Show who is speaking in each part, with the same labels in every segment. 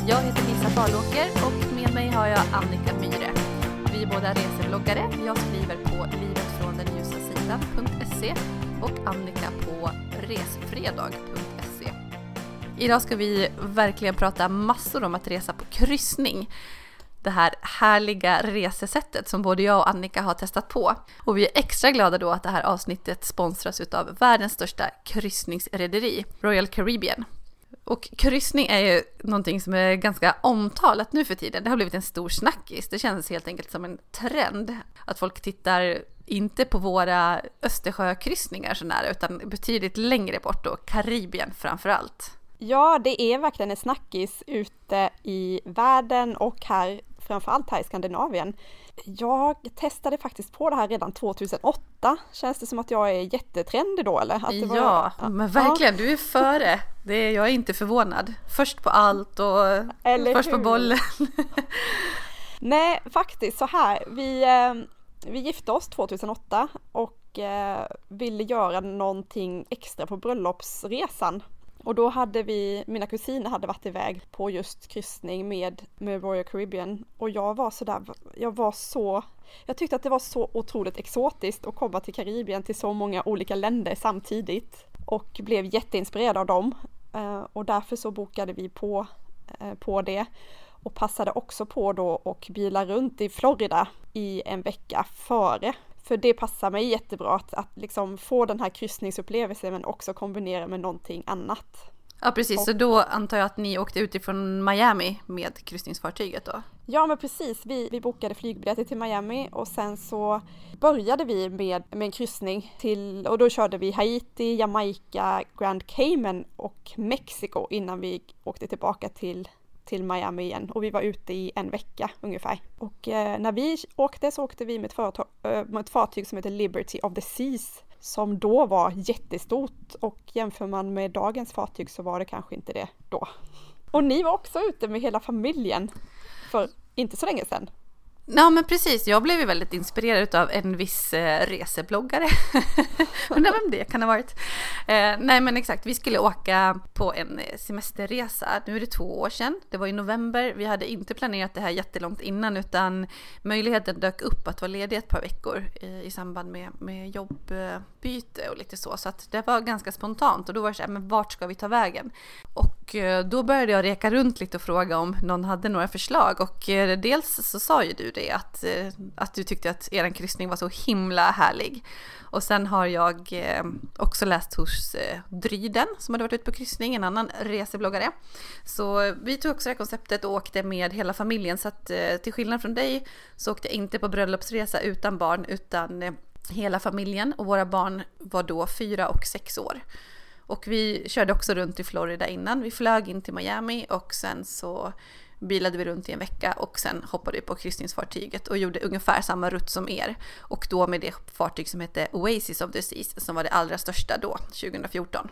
Speaker 1: Jag heter Lisa Farlåker och med mig har jag Annika Myhre. Vi är båda resebloggare. Jag skriver på livetfråndenljusasidan.se och Annika på resfredag.se. Idag ska vi verkligen prata massor om att resa på kryssning. Det här härliga resesättet som både jag och Annika har testat på. Och vi är extra glada då att det här avsnittet sponsras av världens största kryssningsrederi, Royal Caribbean. Och kryssning är ju någonting som är ganska omtalat nu för tiden. Det har blivit en stor snackis. Det känns helt enkelt som en trend att folk tittar inte på våra Östersjökryssningar så nära utan betydligt längre bort då, Karibien framförallt.
Speaker 2: Ja, det är verkligen en snackis ute i världen och här, framförallt här i Skandinavien. Jag testade faktiskt på det här redan 2008. Känns det som att jag är jättetrendig då eller? Att det var,
Speaker 1: ja, men verkligen, du är före. Jag är inte förvånad. Först på allt och eller först hur? På bollen.
Speaker 2: Nej, faktiskt så här. Vi gifte oss 2008 och ville göra någonting extra på bröllopsresan. Och då hade mina kusiner hade varit iväg på just kryssning med Royal Caribbean. Och jag tyckte att det var så otroligt exotiskt att komma till Karibien till så många olika länder samtidigt. Och blev jätteinspirerad av dem. Och därför så bokade vi på det. Och passade också på då och bila runt i Florida i en vecka före. För det passar mig jättebra att liksom få den här kryssningsupplevelsen men också kombinera med någonting annat.
Speaker 1: Ja precis, så då antar jag att ni åkte utifrån Miami med kryssningsfartyget då?
Speaker 2: Ja men precis, vi bokade flygbiljetter till Miami och sen så började vi med en kryssning och då körde vi Haiti, Jamaica, Grand Cayman och Mexiko innan vi åkte tillbaka till Miami igen och vi var ute i en vecka ungefär. Och när vi åkte så åkte vi med ett fartyg som heter Liberty of the Seas som då var jättestort och jämför man med dagens fartyg så var det kanske inte det då. Och ni var också ute med hela familjen för inte så länge sedan.
Speaker 1: Ja men precis, jag blev ju väldigt inspirerad av en viss resebloggare. Undrar vem det kan ha varit. Nej men exakt, vi skulle åka på en semesterresa. Nu är det 2 år sedan, det var i november. Vi hade inte planerat det här jättelångt innan utan möjligheten dök upp att vara ledig ett par veckor i samband med jobbbyte och lite så. Så att det var ganska spontant och då var det så här, men vart ska vi ta vägen? Och då började jag reka runt lite och fråga om någon hade några förslag och dels så sa ju du det att du tyckte att er kryssning var så himla härlig. Och sen har jag också läst hos Dryden som hade varit ute på kryssning, en annan resebloggare. Så vi tog också det här konceptet och åkte med hela familjen så att till skillnad från dig så åkte jag inte på bröllopsresa utan barn utan hela familjen och våra barn var då 4 och 6 år. Och vi körde också runt i Florida innan. Vi flög in till Miami och sen så bilade vi runt i en vecka och sen hoppade vi på kryssningsfartyget och gjorde ungefär samma rutt som er. Och då med det fartyg som hette Oasis of the Seas som var det allra största då, 2014.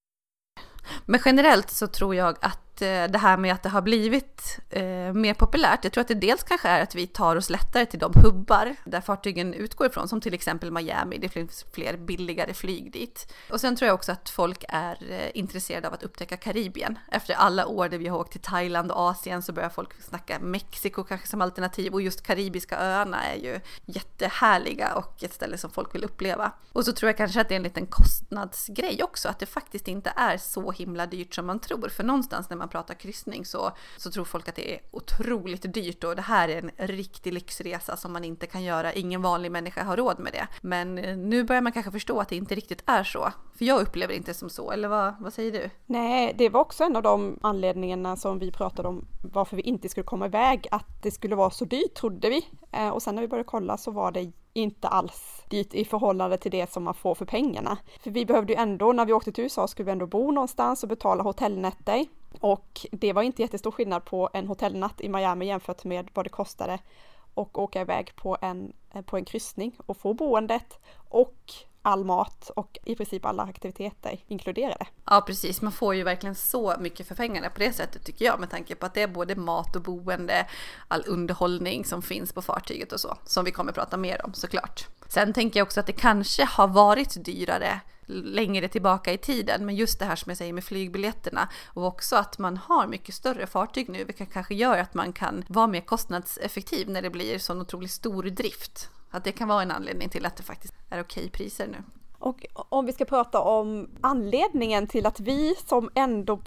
Speaker 1: Men generellt så tror jag att det här med att det har blivit mer populärt, jag tror att det dels kanske är att vi tar oss lättare till de hubbar där fartygen utgår ifrån, som till exempel Miami, det finns fler billigare flyg dit. Och sen tror jag också att folk är intresserade av att upptäcka Karibien. Efter alla år där vi har åkt till Thailand och Asien så börjar folk snacka Mexiko kanske som alternativ och just karibiska öarna är ju jättehärliga och ett ställe som folk vill uppleva. Och så tror jag kanske att det är en liten kostnadsgrej också, att det faktiskt inte är så himla dyrt som man tror. För någonstans när man pratar kryssning så tror folk att det är otroligt dyrt och det här är en riktig lyxresa som man inte kan göra. Ingen vanlig människa har råd med det. Men nu börjar man kanske förstå att det inte riktigt är så. För jag upplever inte som så, eller vad säger du?
Speaker 2: Nej, det var också en av de anledningarna som vi pratade om varför vi inte skulle komma iväg. Att det skulle vara så dyrt trodde vi. Och sen när vi började kolla så var det inte alls dyrt i förhållande till det som man får för pengarna. För vi behövde ju ändå, när vi åkte till USA skulle vi ändå bo någonstans och betala hotellnätter. Och det var inte jättestor skillnad på en hotellnatt i Miami jämfört med vad det kostade och åka iväg på en kryssning och få boendet och all mat och i princip alla aktiviteter inkluderade.
Speaker 1: Ja, precis. Man får ju verkligen så mycket för pengarna på det sättet tycker jag, med tanke på att det är både mat och boende, all underhållning som finns på fartyget och så, som vi kommer prata mer om såklart. Sen tänker jag också att det kanske har varit dyrare längre tillbaka i tiden, men just det här som jag säger med flygbiljetterna och också att man har mycket större fartyg nu, vilket kanske gör att man kan vara mer kostnadseffektiv när det blir sån otroligt stor drift. Att det kan vara en anledning till att det faktiskt är okej priser nu.
Speaker 2: Och om vi ska prata om anledningen till att vi som ändå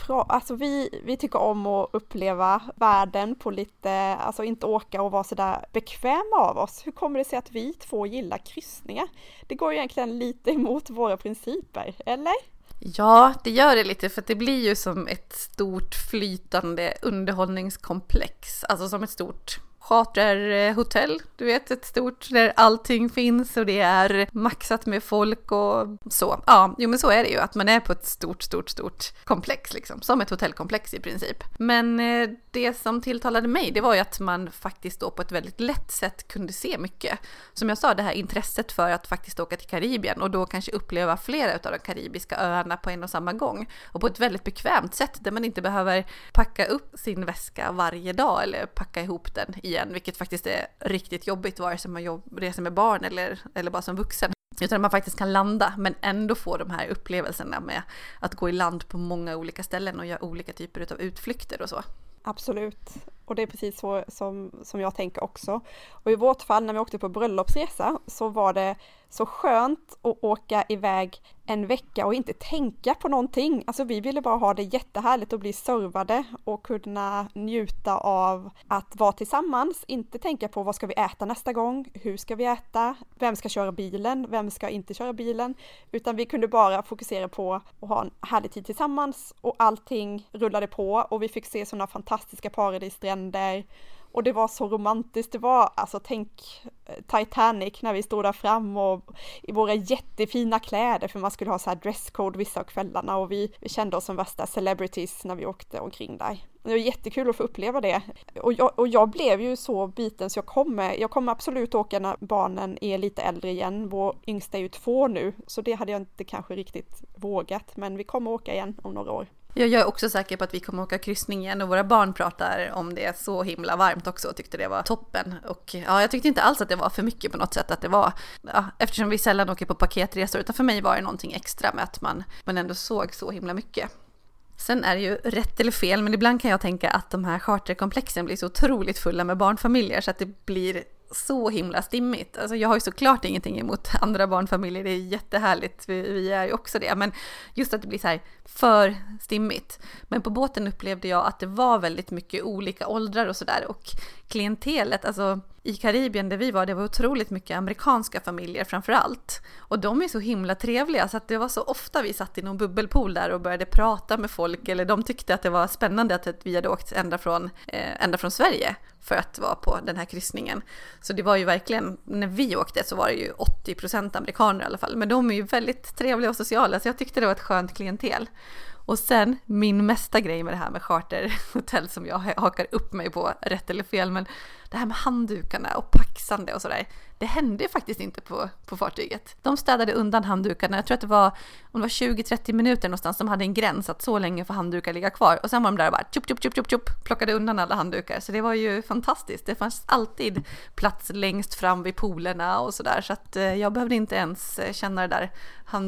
Speaker 2: vi tycker om att uppleva världen på lite, alltså inte åka och vara sådär bekväma av oss. Hur kommer det sig att vi två gillar kryssningar? Det går ju egentligen lite emot våra principer, eller?
Speaker 1: Ja, det gör det lite, för att det blir ju som ett stort flytande underhållningskomplex. Alltså som ett stort charterhotell, du vet, ett stort där allting finns och det är maxat med folk och så. Ja, jo men så är det ju, att man är på ett stort komplex liksom, som ett hotellkomplex i princip. Men det som tilltalade mig, det var ju att man faktiskt då på ett väldigt lätt sätt kunde se mycket. Som jag sa, det här intresset för att faktiskt åka till Karibien och då kanske uppleva flera av de karibiska öarna på en och samma gång. Och på ett väldigt bekvämt sätt där man inte behöver packa upp sin väska varje dag eller packa ihop den igen, vilket faktiskt är riktigt jobbigt vare sig man reser med barn eller bara som vuxen. Utan man faktiskt kan landa men ändå få de här upplevelserna med att gå i land på många olika ställen och göra olika typer av utflykter och så.
Speaker 2: Absolut. Och det är precis så som jag tänker också. Och i vårt fall när vi åkte på bröllopsresa så var det så skönt att åka iväg en vecka och inte tänka på någonting. Alltså vi ville bara ha det jättehärligt och bli servade och kunna njuta av att vara tillsammans. Inte tänka på vad ska vi äta nästa gång, hur ska vi äta, vem ska köra bilen, vem ska inte köra bilen. Utan vi kunde bara fokusera på att ha en härlig tid tillsammans och allting rullade på och vi fick se sådana fantastiska paradisstränder. Och det var så romantiskt, det var, alltså tänk Titanic när vi stod där fram och i våra jättefina kläder, för man skulle ha så här dresscode vissa av kvällarna och vi kände oss som värsta celebrities när vi åkte omkring där. Det var jättekul att få uppleva det. Och jag blev ju så biten så jag kommer absolut åka när barnen är lite äldre igen. Vår yngsta är ju 2 nu, så det hade jag inte kanske riktigt vågat, men vi kommer åka igen om några år.
Speaker 1: Jag är också säker på att vi kommer åka kryssning igen och våra barn pratar om det så himla varmt också och tyckte det var toppen. Och ja, jag tyckte inte alls att det var för mycket på något sätt, att det var, ja, eftersom vi sällan åker på paketresor, utan för mig var det någonting extra med att man ändå såg så himla mycket. Sen är det ju rätt eller fel, men ibland kan jag tänka att de här charterkomplexen blir så otroligt fulla med barnfamiljer så att det blir så himla stimmigt. Alltså jag har ju såklart ingenting emot andra barnfamiljer, det är jättehärligt, vi är ju också det, men just att det blir så här för stimmigt. Men på båten upplevde jag att det var väldigt mycket olika åldrar och sådär, och klientelet, alltså i Karibien där vi var, det var otroligt mycket amerikanska familjer framförallt, och de är så himla trevliga så att det var så ofta vi satt i någon bubbelpool där och började prata med folk, eller de tyckte att det var spännande att vi hade åkt ända från Sverige för att vara på den här kryssningen. Så det var ju verkligen, när vi åkte så var det ju 80% amerikaner i alla fall, men de är ju väldigt trevliga och sociala, så jag tyckte det var ett skönt klientel. Och sen min mesta grej med det här med charterhotell som jag hakar upp mig på, rätt eller fel, men det här med handdukarna och paxande och sådär, det hände faktiskt inte på fartyget. De städade undan handdukarna, jag tror att det var 20-30 minuter någonstans, de hade en gräns att så länge får handdukar ligga kvar, och sen var de där och bara plockade undan alla handdukar, så det var ju fantastiskt. Det fanns alltid plats längst fram vid poolerna och sådär, så att jag behövde inte ens känna det där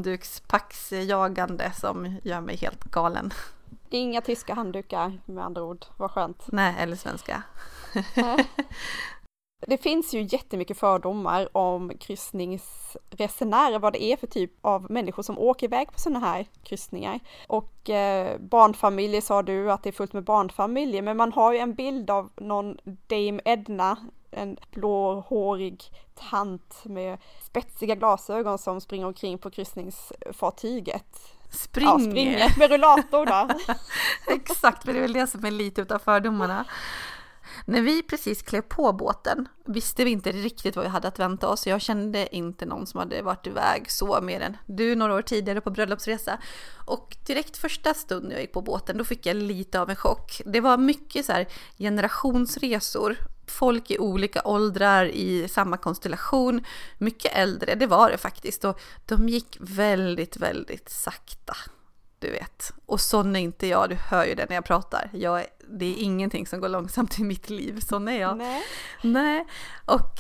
Speaker 1: handdukspaxjagande som gör mig helt galen.
Speaker 2: Inga tyska handdukar med andra ord, vad skönt.
Speaker 1: Nej, eller svenska.
Speaker 2: Det finns ju jättemycket fördomar om kryssningsresenärer, vad det är för typ av människor som åker iväg på sådana här kryssningar. Och barnfamiljer sa du att det är fullt med barnfamiljer, men man har ju en bild av någon Dame Edna, en blåhårig tant med spetsiga glasögon som springer omkring på kryssningsfartyget. Springer med rullator då.
Speaker 1: Exakt, men det är väl det som är lite utav fördomarna. När vi precis klev på båten visste vi inte riktigt vad vi hade att vänta oss. Jag kände inte någon som hade varit iväg så mer än du några år tidigare på bröllopsresa. Och direkt första stund när jag gick på båten, då fick jag lite av en chock. Det var mycket så här generationsresor folk i olika åldrar i samma konstellation. Mycket äldre, det var det faktiskt. Och de gick väldigt, väldigt sakta. Du vet. Och sån är inte jag, du hör ju det när jag pratar. Det är ingenting som går långsamt i mitt liv, sån är jag. Nej. Och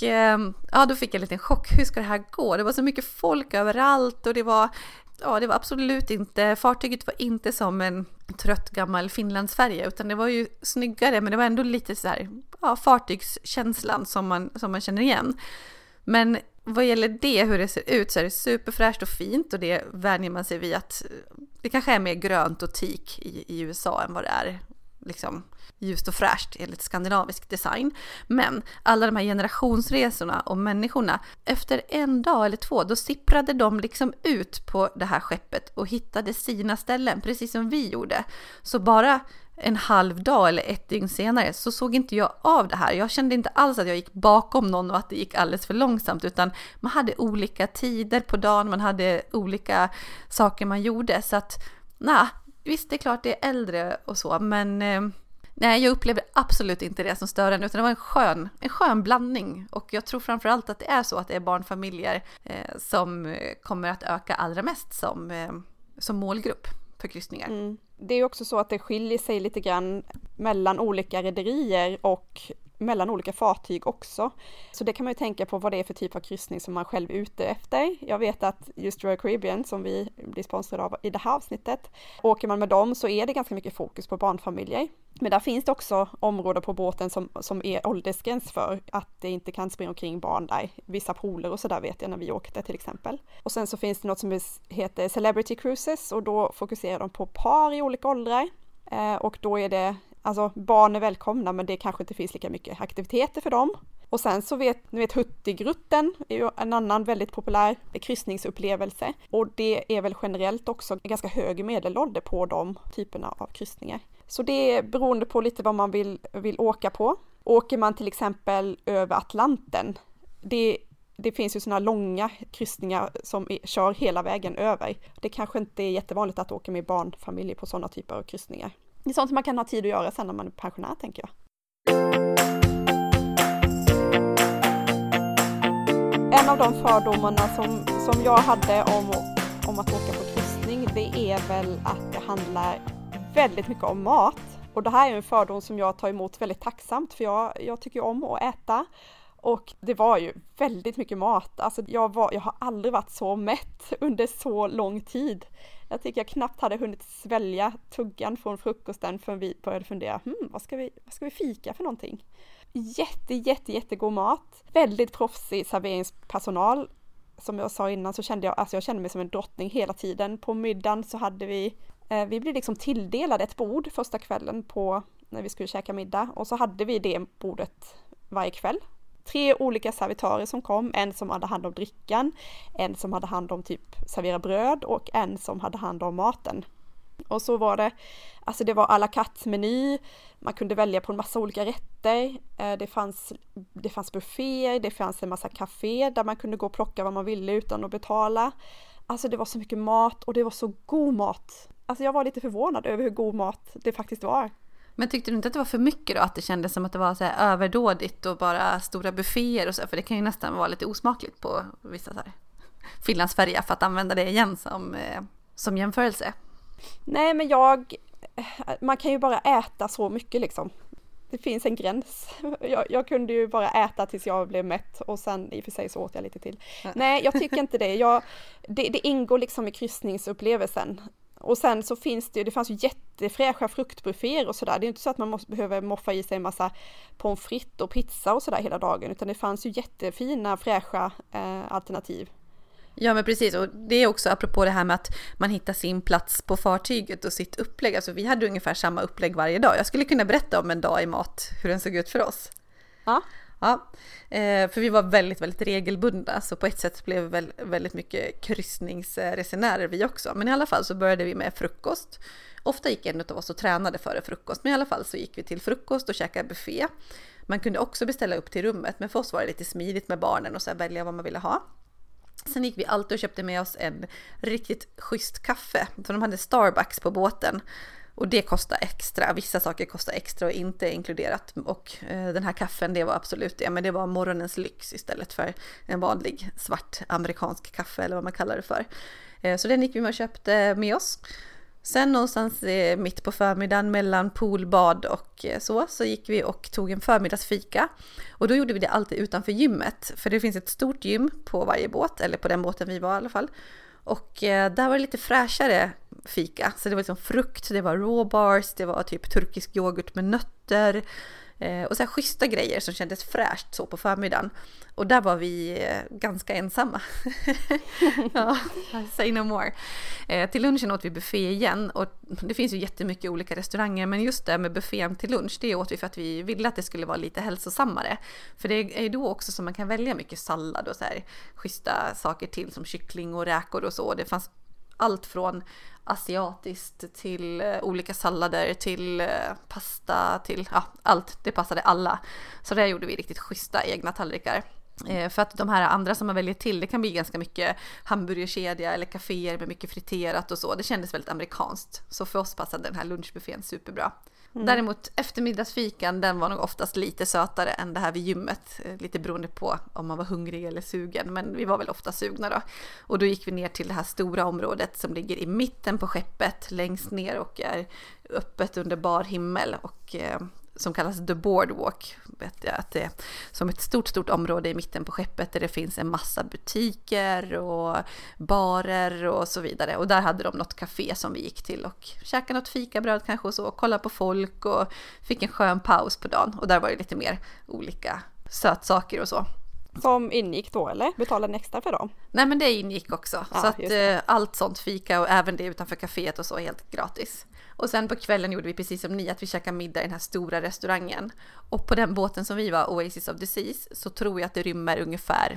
Speaker 1: då fick jag en liten chock. Hur ska det här gå? Det var så mycket folk överallt och det var absolut inte, fartyget var inte som en trött gammal Finlandsfärja, utan det var ju snyggare, men det var ändå lite så här, fartygskänslan som man känner igen. Men vad gäller det, hur det ser ut, så är det superfräscht och fint, och det vänjer man sig vid att det kanske är mer grönt och teak i USA än vad det är liksom ljust och fräscht enligt skandinavisk design. Men alla de här generationsresorna och människorna, efter en dag eller 2, då sipprade de liksom ut på det här skeppet och hittade sina ställen, precis som vi gjorde. Så bara en halv dag eller 1 dygn senare så såg inte jag av det här. Jag kände inte alls att jag gick bakom någon och att det gick alldeles för långsamt, utan man hade olika tider på dagen, man hade olika saker man gjorde. Så att, visst, det är klart det är äldre och så, men nej, jag upplevde absolut inte det som störande, utan det var en skön blandning. Och jag tror framförallt att det är så att det är barnfamiljer som kommer att öka allra mest som målgrupp för kryssningar.
Speaker 2: Det är också så att det skiljer sig lite grann mellan olika rederier och mellan olika fartyg också. Så det kan man ju tänka på vad det är för typ av kryssning som man själv är ute efter. Jag vet att just Royal Caribbean, som vi blir sponsrade av i det här avsnittet, åker man med dem så är det ganska mycket fokus på barnfamiljer. Men där finns det också områden på båten som är åldersgräns för att det inte kan springa omkring barn där. Vissa pooler och sådär vet jag när vi åkte till exempel. Och sen så finns det något som heter Celebrity Cruises, och då fokuserar de på par i olika åldrar. Och då är det, alltså barn är välkomna, men det kanske inte finns lika mycket aktiviteter för dem. Och sen så vet Hurtigruten är ju en annan väldigt populär kryssningsupplevelse. Och det är väl generellt också en ganska hög medelålder på de typerna av kryssningar. Så det är beroende på lite vad man vill åka på. Åker man till exempel över Atlanten, det finns ju sådana långa kryssningar som kör hela vägen över. Det kanske inte är jättevanligt att åka med barnfamiljer på sådana typer av kryssningar. Det är sånt som man kan ha tid att göra sen när man är pensionär, tänker jag. En av de fördomarna som jag hade om att åka på kryssning, det är väl att det handlar väldigt mycket om mat. Och det här är en fördom som jag tar emot väldigt tacksamt, för jag tycker om att äta. Och det var ju väldigt mycket mat. Alltså jag har aldrig varit så mätt under så lång tid. Jag tycker jag knappt hade hunnit svälja tuggan från frukosten förrän vi började fundera, vad ska vi fika för någonting? Jättegod mat. Väldigt proffsig serveringspersonal. Som jag sa innan så kände jag mig som en drottning hela tiden. På middagen så hade vi blev liksom tilldelade ett bord första kvällen när vi skulle käka middag. Och så hade vi det bordet varje kväll. 3 olika servitörer som kom. En som hade hand om drickan, en som hade hand om typ servera bröd och en som hade hand om maten. Och så var det, alltså det var à la carte-meny, man kunde välja på en massa olika rätter, det fanns bufféer, det fanns en massa café där man kunde gå och plocka vad man ville utan att betala. Alltså det var så mycket mat och det var så god mat. Alltså jag var lite förvånad över hur god mat det faktiskt var.
Speaker 1: Men tyckte du inte att det var för mycket då? Att det kändes som att det var så här överdådigt och bara stora bufféer och så? För det kan ju nästan vara lite osmakligt på vissa så här Finlandsfärja, för att använda det igen som jämförelse.
Speaker 2: Nej, men man kan ju bara äta så mycket liksom. Det finns en gräns. Jag kunde ju bara äta tills jag blev mätt och sen i och för sig så åt jag lite till. Nej, jag tycker inte det. Det ingår liksom i kryssningsupplevelsen. Och sen så det fanns ju jättefräscha fruktbufféer och sådär. Det är inte så att man behöver moffa i sig en massa pommes frites och pizza och sådär hela dagen. Utan det fanns ju jättefina, fräscha alternativ.
Speaker 1: Ja, men precis, och det är också apropå det här med att man hittar sin plats på fartyget och sitt upplägg. Alltså vi hade ungefär samma upplägg varje dag. Jag skulle kunna berätta om en dag i mat, hur den såg ut för oss.
Speaker 2: Ja.
Speaker 1: Ja, för vi var väldigt, väldigt regelbundna, så på ett sätt blev vi väldigt mycket kryssningsresenärer vi också. Men i alla fall så började vi med frukost. Ofta gick en av oss och tränade före frukost, men i alla fall så gick vi till frukost och käkade buffé. Man kunde också beställa upp till rummet, men för oss var det lite smidigt med barnen och så här välja vad man ville ha. Sen gick vi alltid och köpte med oss en riktigt schysst kaffe, för de hade Starbucks på båten. Och det kostar extra, vissa saker kostar extra och inte är inkluderat. Och den här kaffen, det var absolut det, men det var morgonens lyx istället för en vanlig svart amerikansk kaffe eller vad man kallar det för. Så den gick vi och köpte med oss. Sen någonstans mitt på förmiddagen mellan poolbad och så gick vi och tog en förmiddagsfika. Och då gjorde vi det alltid utanför gymmet. För det finns ett stort gym på varje båt, eller på den båten vi var i alla fall. Och där var det lite fräschare fika. Så det var liksom frukt, det var raw bars, det var typ turkisk yoghurt med nötter. Och så här schyssta grejer som kändes fräscht så på förmiddagen. Och där var vi ganska ensamma. Ja, say no more. Till lunchen åt vi buffé igen. Och det finns ju jättemycket olika restauranger. Men just det med buffén till lunch, det åt vi för att vi ville att det skulle vara lite hälsosammare. För det är ju då också som man kan välja mycket sallad och så här schyssta saker till som kyckling och räkor och så. Det fanns allt från asiatiskt till olika sallader till pasta till allt, det passade alla. Så där gjorde vi riktigt schyssta egna tallrikar. För att de här andra som man väljer till, det kan bli ganska mycket hamburgerkedja eller kaféer med mycket friterat och så. Det kändes väldigt amerikanskt. Så för oss passade den här lunchbuffén superbra. Däremot eftermiddagsfikan, den var nog oftast lite sötare än det här vid gymmet. Lite beroende på om man var hungrig eller sugen. Men vi var väl ofta sugna då. Och då gick vi ner till det här stora området som ligger i mitten på skeppet. Längst ner och är öppet under bar himmel. Och som kallas The Boardwalk. Vet jag att det är som ett stort område i mitten på skeppet där det finns en massa butiker och barer och så vidare. Och där hade de något café som vi gick till och käkade något fikabröd kanske och så, och kollade på folk och fick en skön paus på dagen. Och där var det lite mer olika sötsaker och så.
Speaker 2: Som ingick då, eller? Betalade extra för dem?
Speaker 1: Nej, men det ingick också.
Speaker 2: Ja,
Speaker 1: så att allt sånt fika och även det utanför kaféet och så är helt gratis. Och sen på kvällen gjorde vi precis som ni, att vi käkade middag i den här stora restaurangen. Och på den båten som vi var, Oasis of the Seas, så tror jag att det rymmer ungefär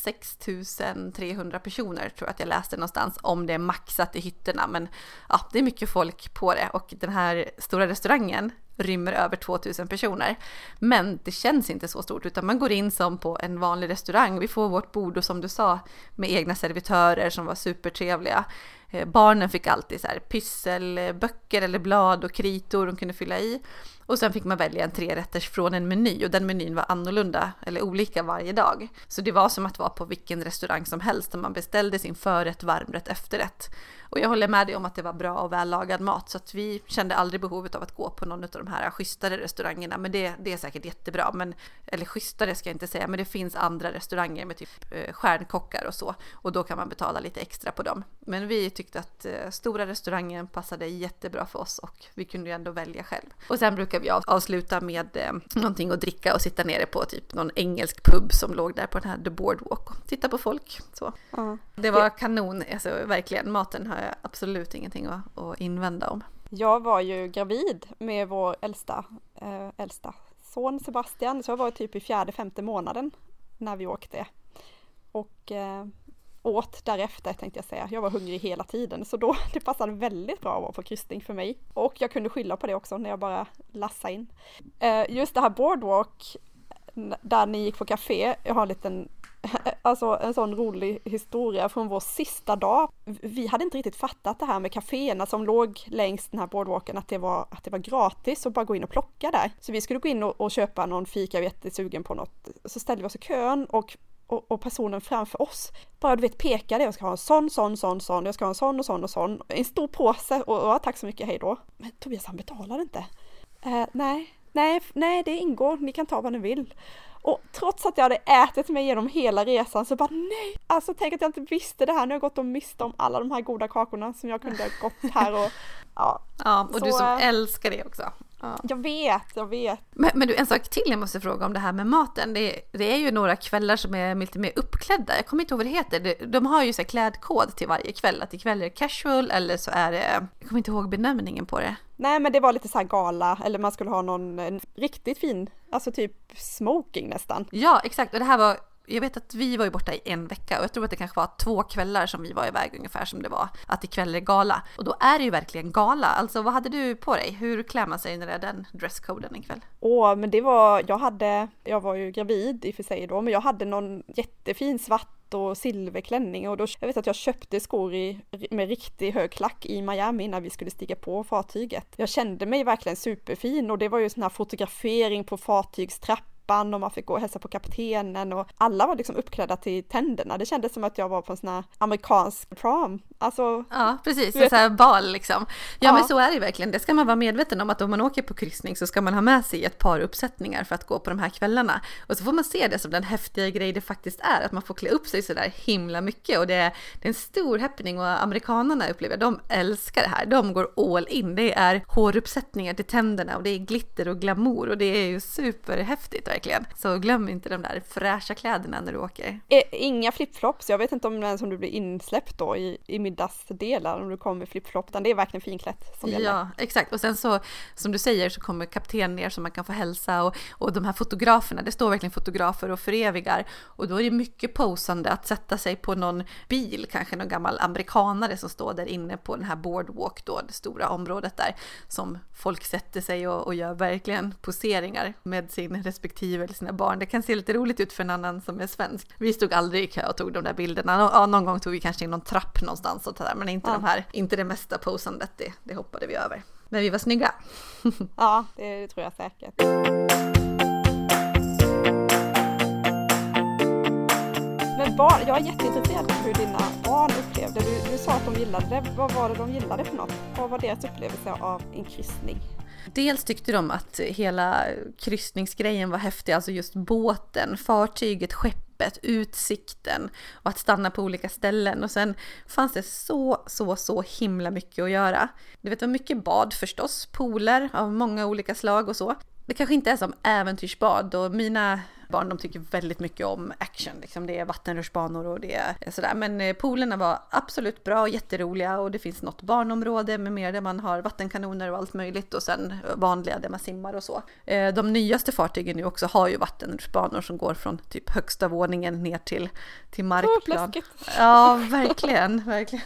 Speaker 1: 6300 personer, tror jag att jag läste någonstans, om det är maxat i hytterna. Men ja, det är mycket folk på det, och den här stora restaurangen rymmer över 2000 personer. Men det känns inte så stort, utan man går in som på en vanlig restaurang. Vi får vårt bord och som du sa, med egna servitörer som var supertrevliga. Barnen fick alltid så här pysselböcker eller blad och kritor de kunde fylla i. Och sen fick man välja en 3-rätters från en meny, och den menyn var annorlunda eller olika varje dag. Så det var som att vara på vilken restaurang som helst där man beställde sin förrätt, varmrätt, efterrätt. Och jag håller med dig om att det var bra och vällagad mat, så att vi kände aldrig behovet av att gå på någon av de här schysstare restaurangerna. Men det är säkert jättebra, eller schysstare ska jag inte säga, men det finns andra restauranger med typ stjärnkockar och så, och då kan man betala lite extra på dem. Men vi tyckte att stora restaurangen passade jättebra för oss, och vi kunde ju ändå välja själv. Och sen brukar vi avsluta med någonting att dricka och sitta nere på typ någon engelsk pub som låg där på den här The Boardwalk och titta på folk. Så. Det var kanon, alltså verkligen. Maten har jag absolut ingenting att invända om.
Speaker 2: Jag var ju gravid med vår äldsta son Sebastian, så jag var typ i 4:e-5:e månaden när vi åkte. Och åt därefter, tänkte jag säga. Jag var hungrig hela tiden, så då det passade väldigt bra att vara på kryssning för mig. Och jag kunde skylla på det också när jag bara lassade in. Just det här Boardwalk, där ni gick på café, jag har en sån rolig historia från vår sista dag. Vi hade inte riktigt fattat det här med kaféerna som låg längs den här boardwalken, att det var gratis att bara gå in och plocka där. Så vi skulle gå in och köpa någon fika, vi var jättesugen på något. Så ställde vi oss i kön och personen framför oss bara pekade, jag ska ha en sån, jag ska ha en sån. En stor påse och tack så mycket, hej då. Men Tobias, han betalade inte. Nej, det ingår, ni kan ta vad ni vill. Och trots att jag hade ätit mig genom hela resan så bara nej, alltså tänk att jag inte visste det här. Nu har jag gått och mist om alla de här goda kakorna som jag kunde ha gått här och
Speaker 1: ja, och så, du som älskar det också. Ja.
Speaker 2: Jag vet.
Speaker 1: Men du, en sak till jag måste fråga om det här med maten. Det är ju några kvällar som är lite mer uppklädda. Jag kommer inte ihåg vad det heter. De har ju så här klädkod till varje kväll. Att ikväll är det casual eller så är det... Jag kommer inte ihåg benämningen på det.
Speaker 2: Nej, men det var lite så här gala. Eller man skulle ha en riktigt fin, alltså typ smoking nästan.
Speaker 1: Ja, exakt. Och det här var... Jag vet att vi var ju borta i 1 vecka och jag tror att det kanske var 2 kvällar som vi var iväg ungefär som det var. Att ikväll är gala. Och då är det ju verkligen gala. Alltså vad hade du på dig? Hur klär man sig när det är den dresskoden ikväll?
Speaker 2: Men det var, jag var ju gravid i och för sig då, men jag hade någon jättefin svart och silverklänning, och då, jag vet att jag köpte skor med riktigt hög klack i Miami innan vi skulle stiga på fartyget. Jag kände mig verkligen superfin, och det var ju sån här fotografering på fartygstrappan och man fick gå och hälsa på kaptenen och alla var liksom uppklädda till tänderna. Det kändes som att jag var på en sån här amerikansk prom. Alltså,
Speaker 1: ja, precis. Så här bal liksom. Ja, men så är det verkligen. Det ska man vara medveten om, att om man åker på kryssning så ska man ha med sig ett par uppsättningar för att gå på de här kvällarna. Och så får man se det som den häftiga grej det faktiskt är, att man får klä upp sig så där himla mycket. Och det är en stor happening, och amerikanerna upplever, de älskar det här. De går all in. Det är håruppsättningar till tänderna och det är glitter och glamour, och det är ju superhäftigt verkligen. Så glöm inte de där fräscha kläderna när du åker.
Speaker 2: Inga flipflops. Jag vet inte om det är som du blir insläppt då i middagsdelar om du kommer med flipflop, utan det är verkligen finklätt som gäller.
Speaker 1: Ja, exakt. Och sen så, som du säger, så kommer kapten ner så man kan få hälsa, och de här fotograferna, det står verkligen fotografer och förevigar, och då är det mycket posande att sätta sig på någon bil, kanske någon gammal amerikanare som står där inne på den här boardwalk då, det stora området där, som folk sätter sig och gör verkligen poseringar med sin respektive eller sina barn. Det kan se lite roligt ut för en annan som är svensk. Vi stod aldrig i kö och tog de där bilderna. Ja, någon gång tog vi kanske in någon trapp någonstans och där, men inte det mesta posandet, det hoppade vi över. Men vi var snygga.
Speaker 2: Ja, det tror jag säkert. Men jag är jätteintresserad av hur dina barn upplevde. Du sa att de gillade det. Vad var det de gillade för något? Vad var deras upplevelse av en kryssning?
Speaker 1: Dels tyckte de att hela kryssningsgrejen var häftig, alltså just båten, fartyget, skeppet, utsikten och att stanna på olika ställen. Och sen fanns det så himla mycket att göra. Du vet, det var mycket bad förstås, pooler av många olika slag och så. Det kanske inte är som äventyrsbad, och mina barn, de tycker väldigt mycket om action, liksom. Det är vattenrutschbanor och det är sådär, men poolerna var absolut bra och jätteroliga, och det finns något barnområde med mer där man har vattenkanoner och allt möjligt, och sen vanliga där man simmar och så. De nyaste fartygen nu också har ju vattenrutschbanor som går från typ högsta våningen ner till markplan. Ja, verkligen.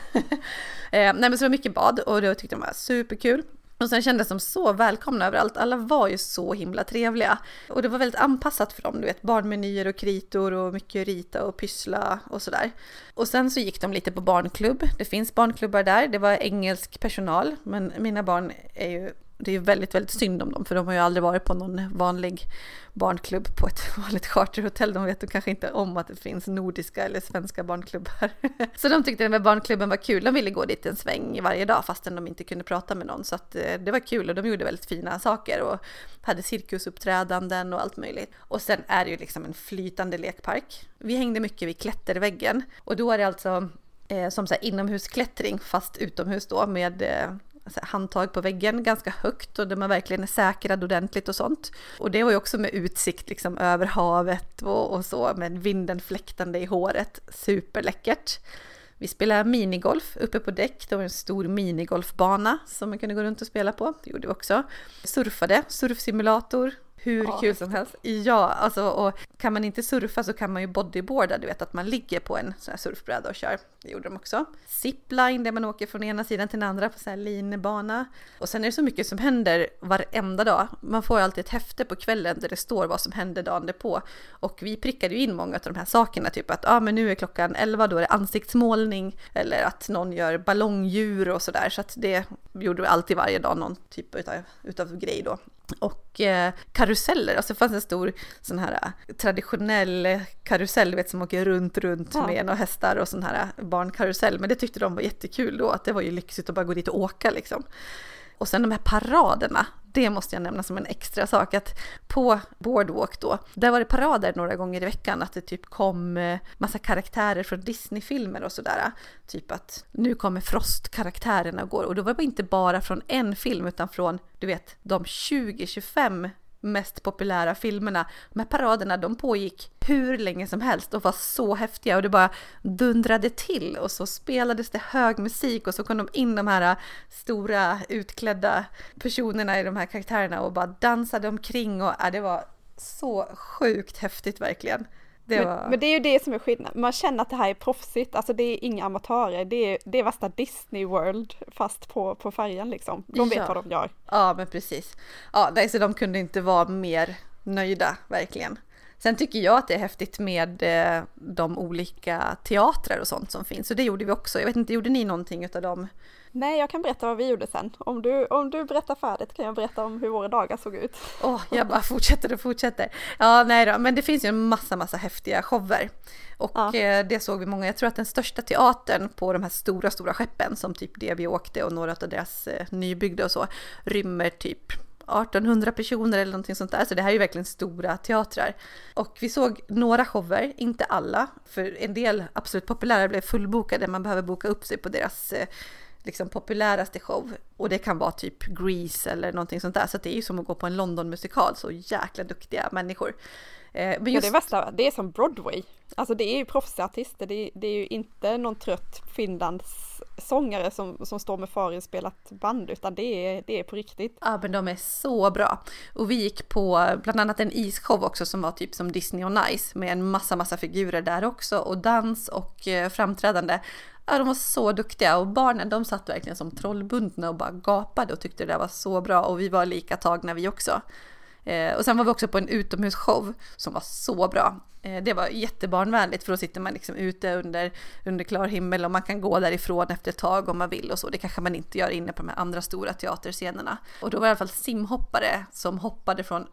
Speaker 1: Nej, men så var mycket bad, och det tyckte de var superkul. Och sen kändes de så välkomna överallt. Alla var ju så himla trevliga. Och det var väldigt anpassat för dem. Du vet, barnmenyer och kritor och mycket rita och pyssla och sådär. Och sen så gick de lite på barnklubb. Det finns barnklubbar där. Det var engelsk personal. Men mina barn är ju... Det är väldigt, väldigt synd om dem, för de har ju aldrig varit på någon vanlig barnklubb på ett vanligt charterhotell. De vet ju kanske inte om att det finns nordiska eller svenska barnklubbar. Så de tyckte den här barnklubben var kul. De ville gå dit en sväng varje dag fastän de inte kunde prata med någon. Så att det var kul, och de gjorde väldigt fina saker och hade cirkusuppträdanden och allt möjligt. Och sen är det ju liksom en flytande lekpark. Vi hängde mycket vid klätterväggen, och då är det alltså som så här inomhusklättring fast utomhus då med... handtag på väggen ganska högt, och där man verkligen är säkrad ordentligt och sånt. Och det var ju också med utsikt liksom över havet och så, med vinden fläktande i håret. Superläckert. Vi spelade minigolf uppe på däck. Det var en stor minigolfbana som man kunde gå runt och spela på. Det gjorde vi också. Surfade, surfsimulator. Hur kul som helst. Ja, alltså, och kan man inte surfa så kan man ju bodyboarda, du vet, att man ligger på en sån här surfbräda och kör. Det gjorde de också. Zipline, där man åker från ena sidan till den andra på sån här linebana. Och sen är det så mycket som händer varenda dag. Man får alltid ett häfte på kvällen där det står vad som händer dagen därpå. Och vi prickade ju in många av de här sakerna, typ att men nu är klockan 11, då är det ansiktsmålning, eller att någon gör ballongdjur och sådär. Så att det gjorde vi alltid varje dag, någon typ utav grej då. Och karuseller, alltså det fanns en stor sån här traditionell karusell, vet, som åker runt med några hästar och sån här barnkarusell, men det tyckte de var jättekul då, att det var ju lyxigt att bara gå dit och åka liksom. Och sen de här paraderna, det måste jag nämna som en extra sak, att på Boardwalk då, där var det parader några gånger i veckan, att det typ kom massa karaktärer från Disney-filmer och sådär. Typ att nu kommer Frost-karaktärerna och går, och då var det inte bara från en film utan från, du vet, de 20-25 mest populära filmerna. De här paraderna, de pågick hur länge som helst och var så häftiga, och det bara dundrade till, och så spelades det hög musik, och så kom de in de här stora utklädda personerna i de här karaktärerna och bara dansade omkring, och det var så sjukt häftigt verkligen. Men det är ju det som är skillnaden. Man känner att det här är proffsigt. Alltså det är inga amatörer. Det är värsta Disney World fast på färjan liksom. De vet vad de gör. Ja, men precis. Ja, så de kunde inte vara mer nöjda, verkligen. Sen tycker jag att det är häftigt med de olika teatrar och sånt som finns. Så det gjorde vi också. Jag vet inte, gjorde ni någonting utav dem?
Speaker 2: Nej, jag kan berätta vad vi gjorde sen. Om du berättar färdigt kan jag berätta om hur våra dagar såg ut.
Speaker 1: Jag bara fortsätter. Ja, nej då. Men det finns ju en massa häftiga shower. Och det såg vi många. Jag tror att den största teatern på de här stora skeppen, som typ det vi åkte och några av deras nybyggda och så, rymmer typ 1800 personer eller någonting sånt där. Så det här är ju verkligen stora teatrar. Och vi såg några shower, inte alla. För en del absolut populära blev fullbokade. Man behöver boka upp sig på deras liksom populäraste show. Och det kan vara typ Grease eller någonting sånt där. Så det är ju som att gå på en London-musikal. Så jäkla duktiga människor.
Speaker 2: Men just... det är som Broadway. Alltså det är ju proffsartister. Det är ju inte någon trött Finlands sångare som står med förinspelat band, utan det är på riktigt.
Speaker 1: Ja, men de är så bra. Och vi gick på bland annat en isshow också som var typ som Disney on Ice med en massa figurer där också och dans och framträdande. Ja, de var så duktiga och barnen, de satt verkligen som trollbundna och bara gapade och tyckte det var så bra, och vi var lika tagna vi också. Och sen var vi också på en utomhusshow som var så bra. Det var jättebarnvänligt, för då sitter man liksom ute under klar himmel och man kan gå därifrån efter ett tag om man vill och så. Det kanske man inte gör inne på de här andra stora teaterscenerna. Och då var det i alla fall simhoppare som hoppade från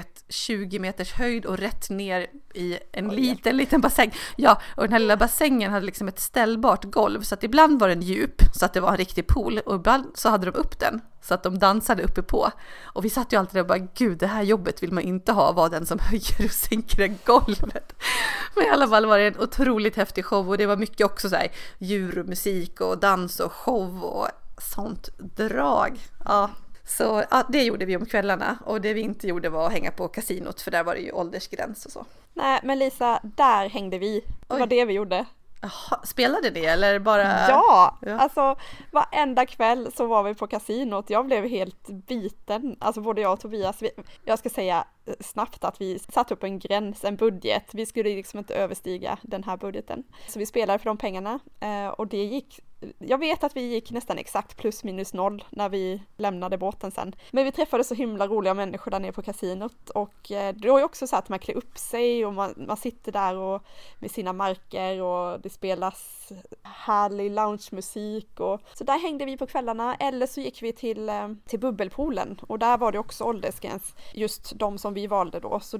Speaker 1: 20 meters höjd och rätt ner i en liten bassäng. Ja, och den här lilla bassängen hade liksom ett ställbart golv, så att ibland var den djup så att det var en riktig pool, och ibland så hade de upp den så att de dansade uppe på. Och vi satt ju alltid där och bara, gud, det här jobbet vill man inte ha, var den som höjer och sänker det golvet. Men i alla fall var det en otroligt häftig show, och det var mycket också så här djurmusik och dans och show och sånt drag. Ja. Så ja, det gjorde vi om kvällarna, och det vi inte gjorde var att hänga på kasinot, för där var det ju åldersgräns och så.
Speaker 2: Nej, men Lisa, där hängde vi. Det var det vi gjorde.
Speaker 1: Jaha, spelade ni eller bara?
Speaker 2: Ja, alltså varenda kväll så var vi på kasinot. Jag blev helt biten, alltså både jag och Tobias. Jag ska säga snabbt att vi satte upp en gräns, en budget. Vi skulle liksom inte överstiga den här budgeten. Så vi spelade för de pengarna, och det gick. Jag vet att vi gick nästan exakt plus minus noll när vi lämnade båten sen. Men vi träffade så himla roliga människor där nere på kasinot. Och det var ju också så att man klär upp sig och man sitter där och med sina marker, och det spelas härlig loungemusik. Och så där hängde vi på kvällarna. Eller så gick vi till bubbelpoolen, och där var det också åldersgräns. Just de som vi valde då. Så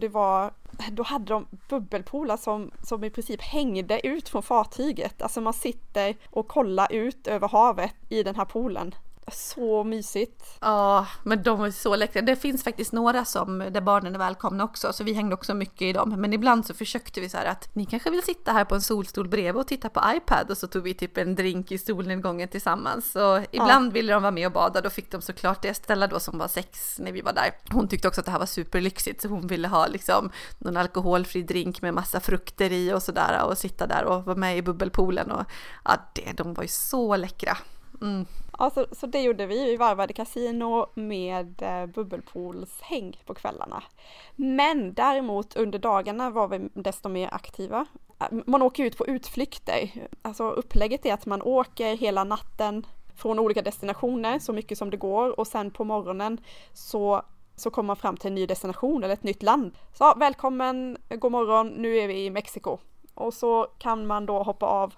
Speaker 2: då hade de bubbelpoolar som i princip hängde ut från fartyget. Alltså man sitter och kollar ut över havet i den här poolen. Så mysigt.
Speaker 1: Ja, men de var så läckra. Det finns faktiskt några där barnen är välkomna också, så vi hängde också mycket i dem. Men ibland så försökte vi så här att ni kanske vill sitta här på en solstol bredvid och titta på iPad, och så tog vi typ en drink i solnedgången tillsammans. Så ibland ville de vara med och bada, då fick de såklart det. Stella då, som var 6 när vi var där, hon tyckte också att det här var superlyxigt, så hon ville ha liksom någon alkoholfri drink med massa frukter i och sådär, och sitta där och vara med i bubbelpoolen. Och ja, de var ju så läckra. Mm.
Speaker 2: Ja, så det gjorde vi. Vi varvade kasino med bubbelpoolshäng på kvällarna. Men däremot under dagarna var vi desto mer aktiva. Man åker ut på utflykter. Alltså upplägget är att man åker hela natten från olika destinationer så mycket som det går, och sen på morgonen så kommer man fram till en ny destination eller ett nytt land. Så välkommen, god morgon, nu är vi i Mexiko. Och så kan man då hoppa av.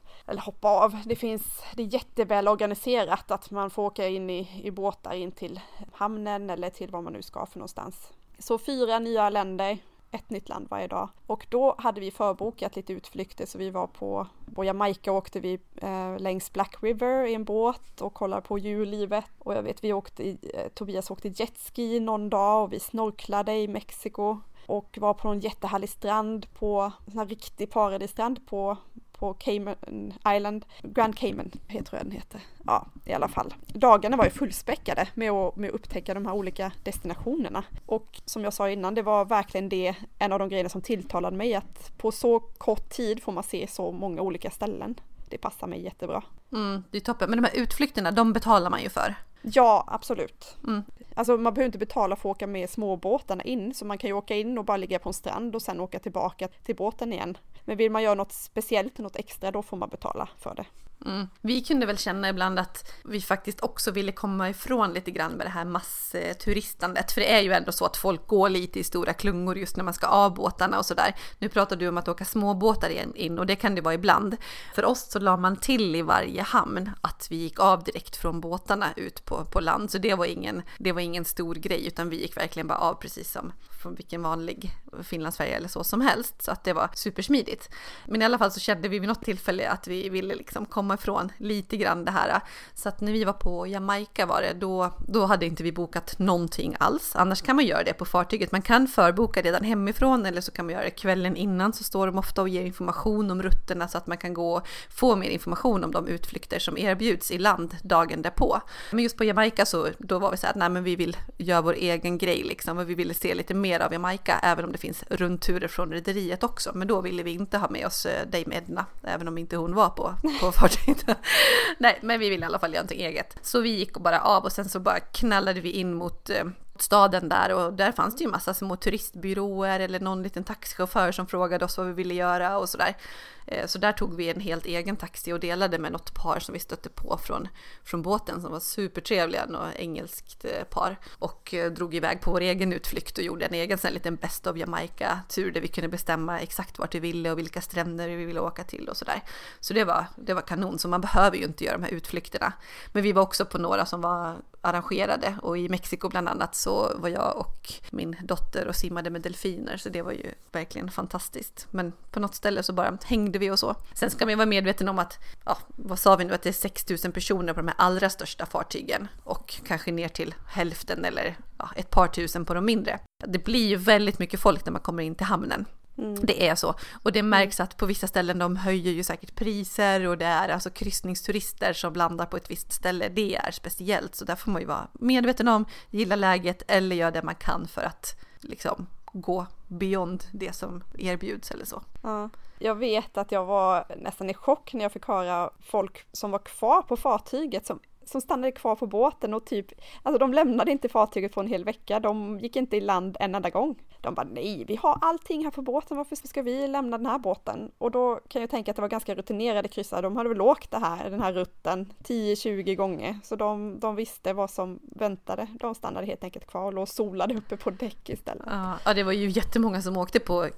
Speaker 2: Det är jätteväl organiserat att man får åka in i båtar in till hamnen eller till vad man nu ska för någonstans. Så 4 nya länder, ett nytt land varje dag. Och då hade vi förbokat lite utflykter, så vi var på Jamaica, åkte vi längs Black River i en båt och kollade på djurlivet. Och jag vet, Tobias åkte jetski någon dag, och vi snorklade i Mexiko. Och var på en jättehärlig strand, på en riktig paradisstrand på Cayman Island. Grand Cayman tror jag den heter. Ja, i alla fall. Dagarna var ju fullspäckade med att upptäcka de här olika destinationerna. Och som jag sa innan, det var verkligen en av de grejerna som tilltalade mig, att på så kort tid får man se så många olika ställen. Det passar mig jättebra.
Speaker 1: Det är toppen. Men de här utflykterna, de betalar man ju för.
Speaker 2: Ja, absolut. Alltså man behöver inte betala för att åka med småbåtarna in, så man kan ju åka in och bara ligga på en strand och sen åka tillbaka till båten igen. Men vill man göra något speciellt, något extra, då får man betala för det.
Speaker 1: Vi kunde väl känna ibland att vi faktiskt också ville komma ifrån lite grann med det här massturistandet. För det är ju ändå så att folk går lite i stora klungor just när man ska av båtarna och sådär. Nu pratar du om att åka småbåtar in och det kan det vara ibland. För oss så la man till i varje hamn att vi gick av direkt från båtarna ut på land. Så det var ingen stor grej, utan vi gick verkligen bara av precis som från vilken vanlig Finlandsfärja eller så som helst. Så att det var supersmidigt. Men i alla fall så kände vi vid något tillfälle att vi ville liksom komma ifrån lite grann det här. Så att när vi var på Jamaica då hade inte vi bokat någonting alls. Annars kan man göra det på fartyget. Man kan förboka redan hemifrån, eller så kan man göra det kvällen innan, så står de ofta och ger information om rutterna så att man kan gå och få mer information om de utflykter som erbjuds i land dagen därpå. Men just på Jamaica så då var vi så här, nej men vi vill göra vår egen grej liksom, och vi ville se lite mer av Jamaica, även om det finns rundturer från rederiet också. Men då ville vi inte ha med oss Dame Edna, även om inte hon var på fartyget. Nej, men vi ville i alla fall göra något eget. Så vi gick bara av och sen så bara knallade vi in mot staden där, och där fanns det ju massa små turistbyråer eller någon liten taxichaufför som frågade oss vad vi ville göra och sådär. Så där tog vi en helt egen taxi och delade med något par som vi stötte på från båten som var supertrevliga, något engelskt par, och drog iväg på vår egen utflykt och gjorde en egen sån liten Best of Jamaica-tur där vi kunde bestämma exakt vart vi ville och vilka stränder vi ville åka till och sådär. Så det var kanon, så man behöver ju inte göra de här utflykterna. Men vi var också på några som var arrangerade, och i Mexiko bland annat så var jag och min dotter och simmade med delfiner, så det var ju verkligen fantastiskt. Men på något ställe så bara hängde vi och så. Sen ska man vara medveten om att, vad sa vi nu, att det är 6 000 personer på de här allra största fartygen och kanske ner till hälften eller ett par tusen på de mindre. Det blir ju väldigt mycket folk när man kommer in till hamnen. Det är så. Och det märks att på vissa ställen de höjer ju säkert priser, och det är alltså kryssningsturister som landar på ett visst ställe. Det är speciellt, så där får man ju vara medveten om, gilla läget eller göra det man kan för att liksom gå beyond det som erbjuds eller så.
Speaker 2: Ja. Jag vet att jag var nästan i chock när jag fick höra folk som var kvar på fartyget som stannade kvar på båten och alltså de lämnade inte fartyget på en hel vecka. De gick inte i land en enda gång. De bara, nej, vi har allting här på båten. Varför ska vi lämna den här båten? Och då kan jag tänka att det var ganska rutinerade kryssare. De hade väl åkt den här rutten 10-20 gånger. Så de visste vad som väntade. De stannade helt enkelt kvar och låg och solade uppe på däck istället.
Speaker 1: Ja, det var ju jättemånga som åkte på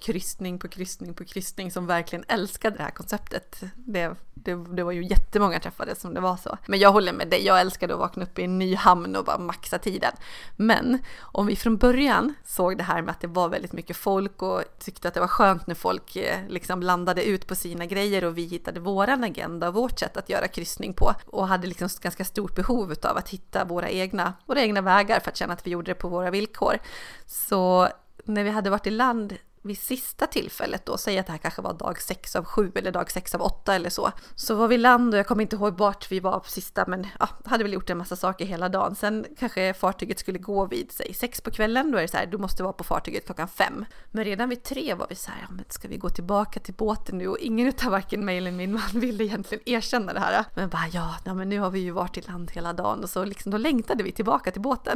Speaker 1: kryssning som verkligen älskade det här konceptet. Det var ju jättemånga träffade som det var så. Men jag håller med dig. Jag älskade att vakna upp i en ny hamn och bara maxa tiden. Men om vi från början såg det här med att det var väldigt mycket folk och tyckte att det var skönt när folk liksom landade ut på sina grejer och vi hittade våran agenda och vårt sätt att göra kryssning på, och hade liksom ganska stort behov av att hitta våra egna vägar för att känna att vi gjorde det på våra villkor. Så när vi hade varit i land vid sista tillfället då, säg att det här kanske var dag 6 av 7 eller dag 6 av 8 eller så var vi land, och jag kommer inte ihåg vart vi var på sista, men hade väl gjort en massa saker hela dagen. Sen kanske fartyget skulle gå vid sig 6 på kvällen, då är det så här, du måste vara på fartyget klockan 5. Men redan vid 3 var vi så här, men ska vi gå tillbaka till båten nu? Och ingen utav varken mig eller min man ville egentligen erkänna det här. Men bara, ja men nu har vi ju varit i land hela dagen, och så liksom, då längtade vi tillbaka till båten.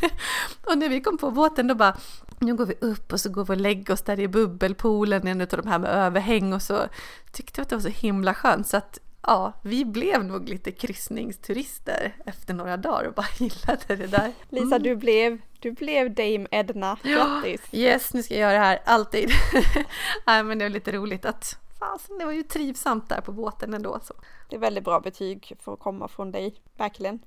Speaker 1: Och när vi kom på båten då bara, nu går vi upp och så går vi och lägger oss där i bubbelpoolen, en av de här med överhäng, och så tyckte vi att det var så himla skönt, så att vi blev nog lite kryssningsturister efter några dagar och bara gillade det där.
Speaker 2: Lisa, du blev Dame Edna. Grattis.
Speaker 1: Yes, nu ska jag göra det här alltid. Nej, men det var lite roligt att det var ju trivsamt där på båten ändå. Så.
Speaker 2: Det är väldigt bra betyg för att komma från dig, verkligen.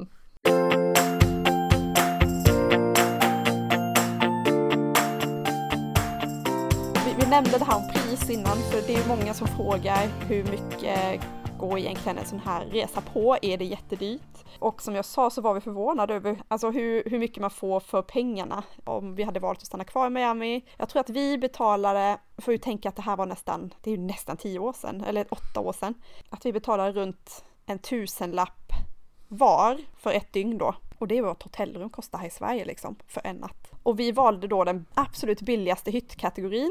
Speaker 2: Vi nämnde det här om pris innan, för det är ju många som frågar hur mycket går egentligen en sån här resa på? Är det jättedyrt? Och som jag sa så var vi förvånade över alltså hur mycket man får för pengarna om vi hade valt att stanna kvar i Miami. Jag tror att vi betalade, för att tänka att det här var det är ju nästan 10 år sedan, eller 8 år sedan, att vi betalade runt 1000-lapp var för ett dygn då. Och det var ett hotellrum kostar här i Sverige liksom, för en natt. Och vi valde då den absolut billigaste hyttkategorin.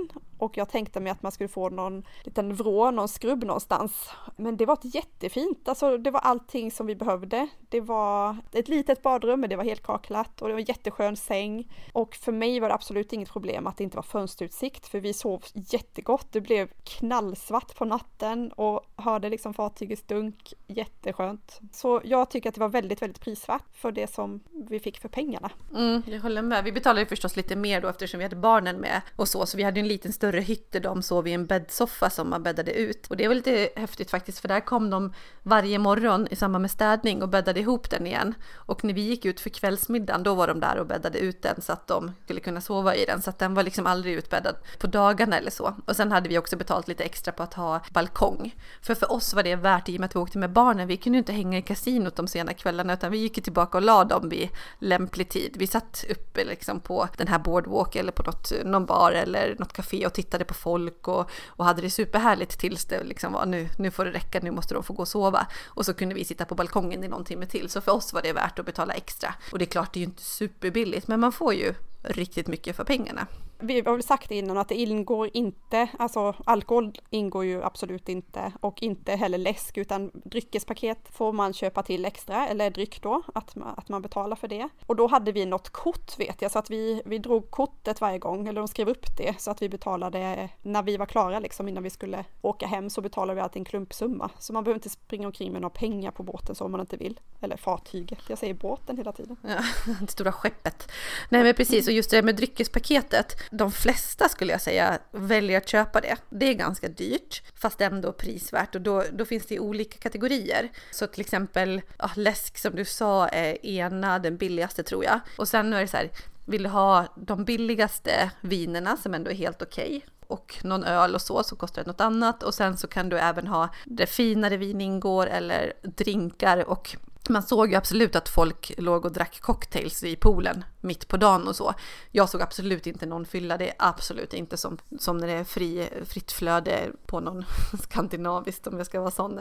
Speaker 2: och jag tänkte mig att man skulle få någon liten vrå, någon skrubb någonstans. Men det var ett jättefint, alltså det var allting som vi behövde. Det var ett litet badrum, men det var helt kaklat och det var en jätteskön säng. Och för mig var det absolut inget problem att det inte var fönsterutsikt, för vi sov jättegott. Det blev knallsvart på natten och hörde liksom fartygets dunk, jätteskönt. Så jag tycker att det var väldigt, väldigt prisvärt för det som vi fick för pengarna.
Speaker 1: Jag håller med. Vi betalade ju förstås lite mer då eftersom vi hade barnen med och så vi hade en liten större hytt där de sov i en bäddsoffa som man bäddade ut. Och det var lite häftigt faktiskt, för där kom de varje morgon i samband med städning och bäddade ihop den igen. Och när vi gick ut för kvällsmiddagen, då var de där och bäddade ut den så att de skulle kunna sova i den. Så att den var liksom aldrig utbäddad på dagarna eller så. Och sen hade vi också betalt lite extra på att ha balkong. För oss var det värt i och med att vi åkte med barnen. Vi kunde ju inte hänga i kasinot de sena kvällarna, utan vi gick tillbaka och la dem vid lämplig tid. Vi satt uppe liksom på den här boardwalk eller på någon bar eller något café och tittade på folk och hade det superhärligt tills det liksom var nu får det räcka, nu måste de få gå och sova. Och så kunde vi sitta på balkongen i någon timme till. Så för oss var det värt att betala extra. Och det är klart, det är ju inte superbilligt, men man får ju riktigt mycket för pengarna.
Speaker 2: Vi har väl sagt innan att det ingår inte, alltså alkohol ingår ju absolut inte och inte heller läsk, utan dryckespaket får man köpa till extra, eller dryck då, att man betalar för det. Och då hade vi något kort, vet jag, så att vi drog kortet varje gång, eller de skrev upp det så att vi betalade när vi var klara liksom, innan vi skulle åka hem, så betalade vi alltid en klumpsumma. Så man behöver inte springa omkring med några pengar på båten så om man inte vill, eller fartyget, jag säger båten hela tiden.
Speaker 1: Ja, det stora skeppet. Nej men precis, och just det med dryckespaketet, de flesta skulle jag säga väljer att köpa det. Det är ganska dyrt, fast ändå prisvärt, och då finns det olika kategorier. Så till exempel läsk som du sa är ena, den billigaste tror jag. Och sen är det så här, vill du ha de billigaste vinerna som ändå är helt okej, och någon öl och så kostar det något annat. Och sen så kan du även ha det finare vin ingår eller drinkar, och man såg ju absolut att folk låg och drack cocktails i poolen mitt på dagen och så. Jag såg absolut inte någon fylla, det är absolut inte som när det är fritt flöde på någon skandinaviskt, om jag ska vara sån.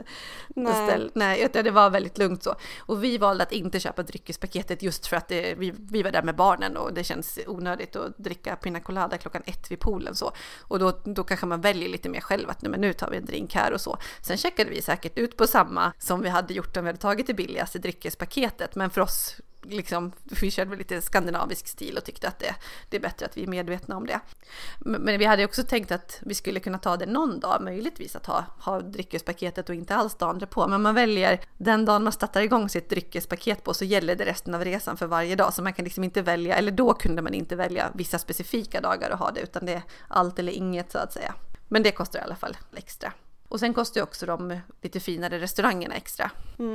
Speaker 1: Nej, det var väldigt lugnt så. Och vi valde att inte köpa dryckespaketet just för att vi var där med barnen och det känns onödigt att dricka pina colada 1:00 vid poolen så. Och då kanske man väljer lite mer själv att nu tar vi en drink här och så. Sen checkade vi säkert ut på samma som vi hade gjort om vi hade tagit det billigaste dryckespaketet, men för oss liksom, vi körde väl lite skandinavisk stil och tyckte att det är bättre att vi är medvetna om det. Men vi hade också tänkt att vi skulle kunna ta det någon dag, möjligtvis att ha dryckespaketet och inte alls dagen på. Men man väljer den dagen man startar igång sitt dryckespaket på, så gäller det resten av resan för varje dag. Så man kan liksom inte välja, eller då kunde man inte välja vissa specifika dagar att ha det, utan det är allt eller inget så att säga. Men det kostar i alla fall extra. Och sen kostar ju också de lite finare restaurangerna extra.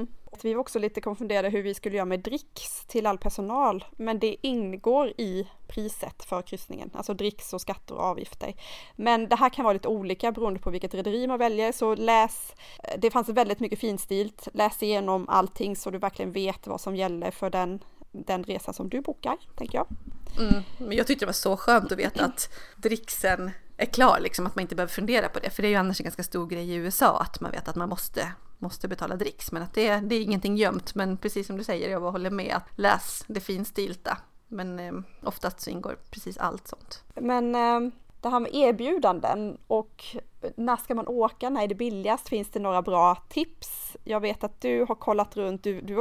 Speaker 2: Vi var också lite konfunderade hur vi skulle göra med dricks till all personal. Men det ingår i priset för kryssningen. Alltså dricks och skatter och avgifter. Men det här kan vara lite olika beroende på vilket rederi man väljer. Så det fanns väldigt mycket finstilt. Läs igenom allting så du verkligen vet vad som gäller för den resan som du bokar, tänker jag.
Speaker 1: Men jag tyckte det var så skönt att veta att dricksen är klar, liksom, att man inte behöver fundera på det. För det är ju annars en ganska stor grej i USA att man vet att man måste betala dricks. Men att det är ingenting gömt. Men precis som du säger, jag håller med att läs det finstilta. Men oftast så ingår precis allt sånt.
Speaker 2: Men det här med erbjudanden och när ska man åka, när är det billigast, finns det några bra tips? Jag vet att du har kollat runt,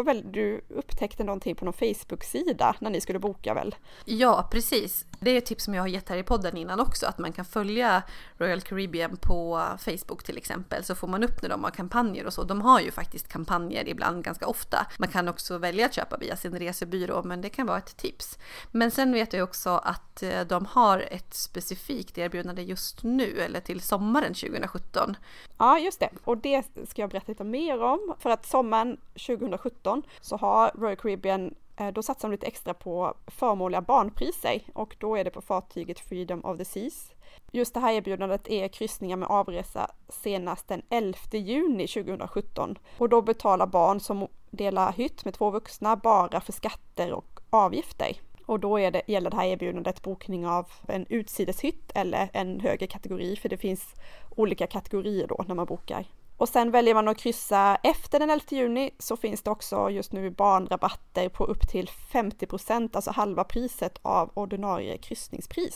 Speaker 2: du upptäckte någonting på någon Facebook-sida när ni skulle boka väl?
Speaker 1: Ja, precis. Det är ett tips som jag har gett här i podden innan också, att man kan följa Royal Caribbean på Facebook till exempel, så får man upp när de har kampanjer och så. De har ju faktiskt kampanjer ibland ganska ofta. Man kan också välja att köpa via sin resebyrå, men det kan vara ett tips. Men sen vet jag också att de har ett specifikt erbjudande just nu, eller till sommaren 2017.
Speaker 2: Ja, just det. Och det ska jag berätta lite mer om. För att sommaren 2017 så har Royal Caribbean, då satsar de lite extra på förmånliga barnpriser. Och då är det på fartyget Freedom of the Seas. Just det här erbjudandet är kryssningar med avresa senast den 11 juni 2017. Och då betalar barn som delar hytt med 2 vuxna bara för skatter och avgifter. Och då gäller det här erbjudandet bokning av en utsideshytt eller en högre kategori, för det finns olika kategorier då när man bokar. Och sen väljer man att kryssa efter den 11 juni, så finns det också just nu barnrabatter på upp till 50%, alltså halva priset av ordinarie kryssningspris.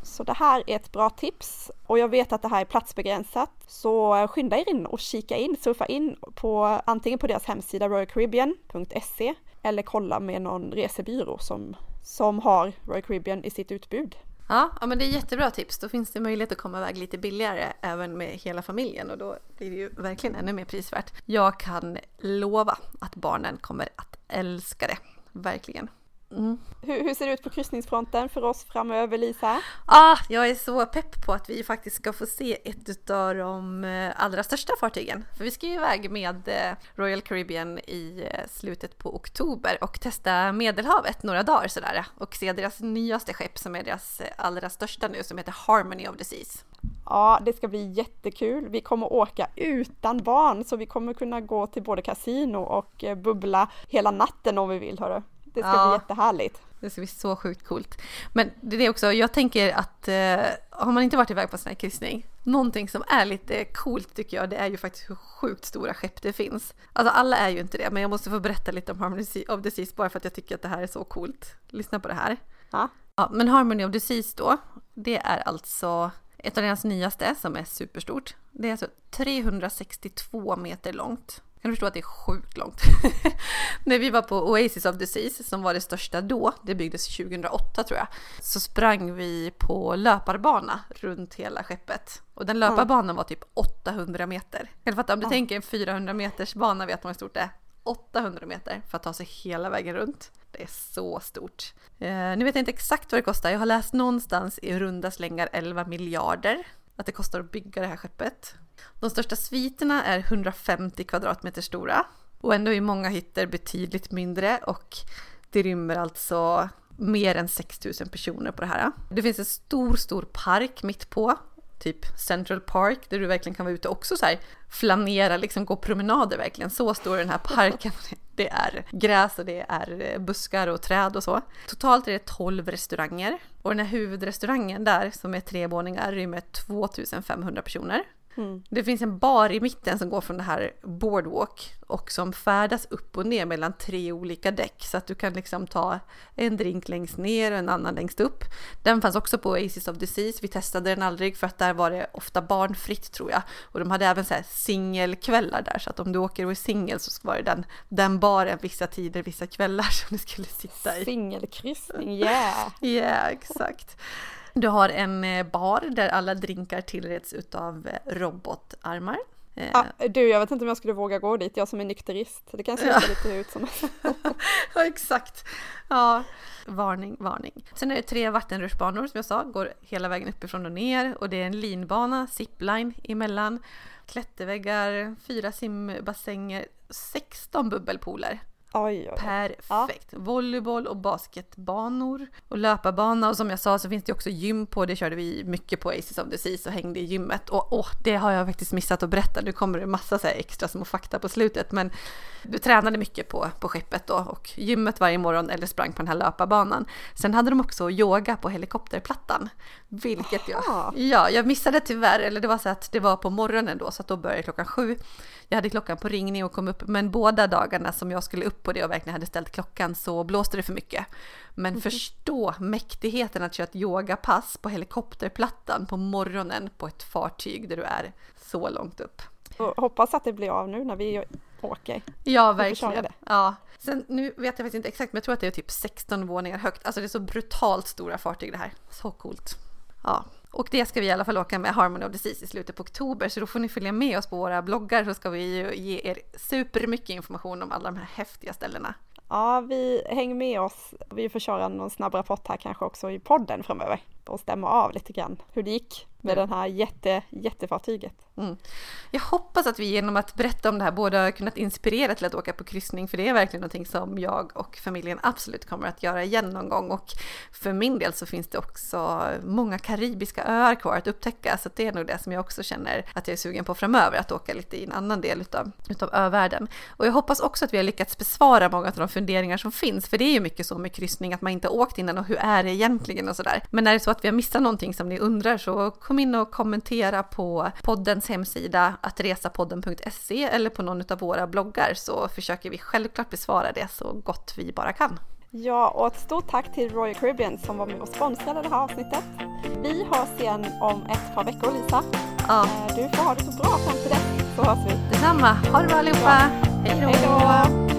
Speaker 2: Så det här är ett bra tips och jag vet att det här är platsbegränsat. Så skynda er in och surfa in på antingen på deras hemsida royalcaribbean.se eller kolla med någon resebyrå som har Royal Caribbean i sitt utbud.
Speaker 1: Ja, men det är jättebra tips. Då finns det möjlighet att komma iväg lite billigare även med hela familjen och då blir det ju verkligen ännu mer prisvärt. Jag kan lova att barnen kommer att älska det. Verkligen.
Speaker 2: Hur ser det ut på kryssningsfronten för oss framöver, Lisa?
Speaker 1: Jag är så pepp på att vi faktiskt ska få se ett av de allra största fartygen. För vi ska ju iväg med Royal Caribbean i slutet på oktober och testa Medelhavet några dagar sådär. Och se deras nyaste skepp som är deras allra största nu som heter Harmony of the Seas.
Speaker 2: Ja, det ska bli jättekul. Vi kommer åka utan barn så vi kommer kunna gå till både kasino och bubbla hela natten om vi vill, hörru. Det ska bli jättehärligt.
Speaker 1: Det ska bli så sjukt coolt. Men det är också, jag tänker att har man inte varit iväg på en sån här kryssning, någonting som är lite coolt tycker jag, det är ju faktiskt hur sjukt stora skepp det finns. Alltså alla är ju inte det, men jag måste få berätta lite om Harmony of the Seas bara för att jag tycker att det här är så coolt. Lyssna på det här. Ja, men Harmony of the Seas då, det är alltså ett av deras nyaste som är superstort. Det är alltså 362 meter långt. Kan du förstå att det är sjukt långt? När vi var på Oasis of the Seas, som var det största då, det byggdes 2008 tror jag, så sprang vi på löparbana runt hela skeppet. Och den löparbanan var typ 800 meter. Kan du fatta? Om du tänker en 400 meters bana, vet man hur stort det är. 800 meter för att ta sig hela vägen runt. Det är så stort. Nu vet jag inte exakt vad det kostar. Jag har läst någonstans i runda slängar 11 miljarder att det kostar att bygga det här skeppet. De största sviterna är 150 kvadratmeter stora och ändå är många hytter betydligt mindre och det rymmer alltså mer än 6 000 personer på det här. Det finns en stor park mitt på, typ Central Park, där du verkligen kan vara ute också så här flanera, liksom gå promenader verkligen. Så stor är den här parken. Det är gräs och det är buskar och träd och så. Totalt är det 12 restauranger och den här huvudrestaurangen där som är 3 våningar rymmer 2500 personer. Det finns en bar i mitten som går från det här boardwalk och som färdas upp och ner mellan 3 olika däck så att du kan liksom ta en drink längst ner och en annan längst upp. Den fanns också på Oasis of the Seas. Vi testade den aldrig för att där var det ofta barnfritt tror jag. Och de hade även så här singelkvällar där så att om du åker och är singel så var det den baren vissa tider, vissa kvällar som du skulle sitta i.
Speaker 2: Singelkryssning, yeah!
Speaker 1: Yeah, exakt. Du har en bar där alla drinkar tillreds utav robotarmar.
Speaker 2: Jag vet inte om jag skulle våga gå dit, jag som är nykterist. Det kan se lite ut som.
Speaker 1: Ja, exakt. Ja, varning. Sen är det 3 vattenrutschbanor som jag sa, går hela vägen uppifrån och ner. Och det är en linbana, zipline emellan, klätterväggar, 4 simbassänger, 16 bubbelpooler.
Speaker 2: Oj.
Speaker 1: Perfekt. Ja. Volleyboll och basketbanor och löparbana och som jag sa så finns det också gym på. Det körde vi mycket på Oasis of the Seas och hängde i gymmet. Och det har jag faktiskt missat att berätta. Nu kommer det massa så här extra små fakta på slutet. Men du tränade mycket på skeppet då och gymmet varje morgon eller sprang på den här löparbanan. Sen hade de också yoga på helikopterplattan. Vilket jag missade tyvärr. Eller det var så att det var på morgonen då så att då började klockan 7. Jag hade klockan på ringning och kom upp. Men båda dagarna som jag skulle upp på det och verkligen hade ställt klockan så blåste det för mycket. Men förstå mäktigheten att köra ett yogapass på helikopterplattan på morgonen på ett fartyg där du är så långt upp.
Speaker 2: Och hoppas att det blir av nu när vi åker.
Speaker 1: Ja, verkligen. Ja. Sen, nu vet jag faktiskt inte exakt men jag tror att det är typ 16 våningar högt. Alltså det är så brutalt stora fartyg det här. Så coolt. Ja. Och det ska vi i alla fall åka med Harmony of the Seas i slutet på oktober. Så då får ni följa med oss på våra bloggar så ska vi ge er supermycket information om alla de här häftiga ställena.
Speaker 2: Ja, vi hänger med oss. Vi får köra någon snabb rapport här kanske också i podden framöver. Och stämma av lite grann hur det gick med den här jättefartyget.
Speaker 1: Jag hoppas att vi genom att berätta om det här både har kunnat inspirera till att åka på kryssning. För det är verkligen någonting som jag och familjen absolut kommer att göra igen någon gång. Och för min del så finns det också många karibiska öar kvar att upptäcka. Så det är nog det som jag också känner att jag är sugen på framöver. Att åka lite i en annan del utav övärlden. Och jag hoppas också att vi har lyckats besvara många av de funderingar som finns. För det är ju mycket så med kryssning att man inte åkt innan och hur är det egentligen och sådär. Men är det så att vi har missat någonting som ni undrar så kom in och kommentera på poddens hemsida attresapodden.se eller på någon av våra bloggar så försöker vi självklart besvara det så gott vi bara kan.
Speaker 2: Ja, och ett stort tack till Royal Caribbean som var med och sponsrade det här avsnittet. Vi hörs igen om ett par veckor, Lisa.
Speaker 1: Ja.
Speaker 2: Du får ha det så bra fram till dess, så hörs vi.
Speaker 1: Detsamma. Ha det bra allihopa.
Speaker 2: Hej då!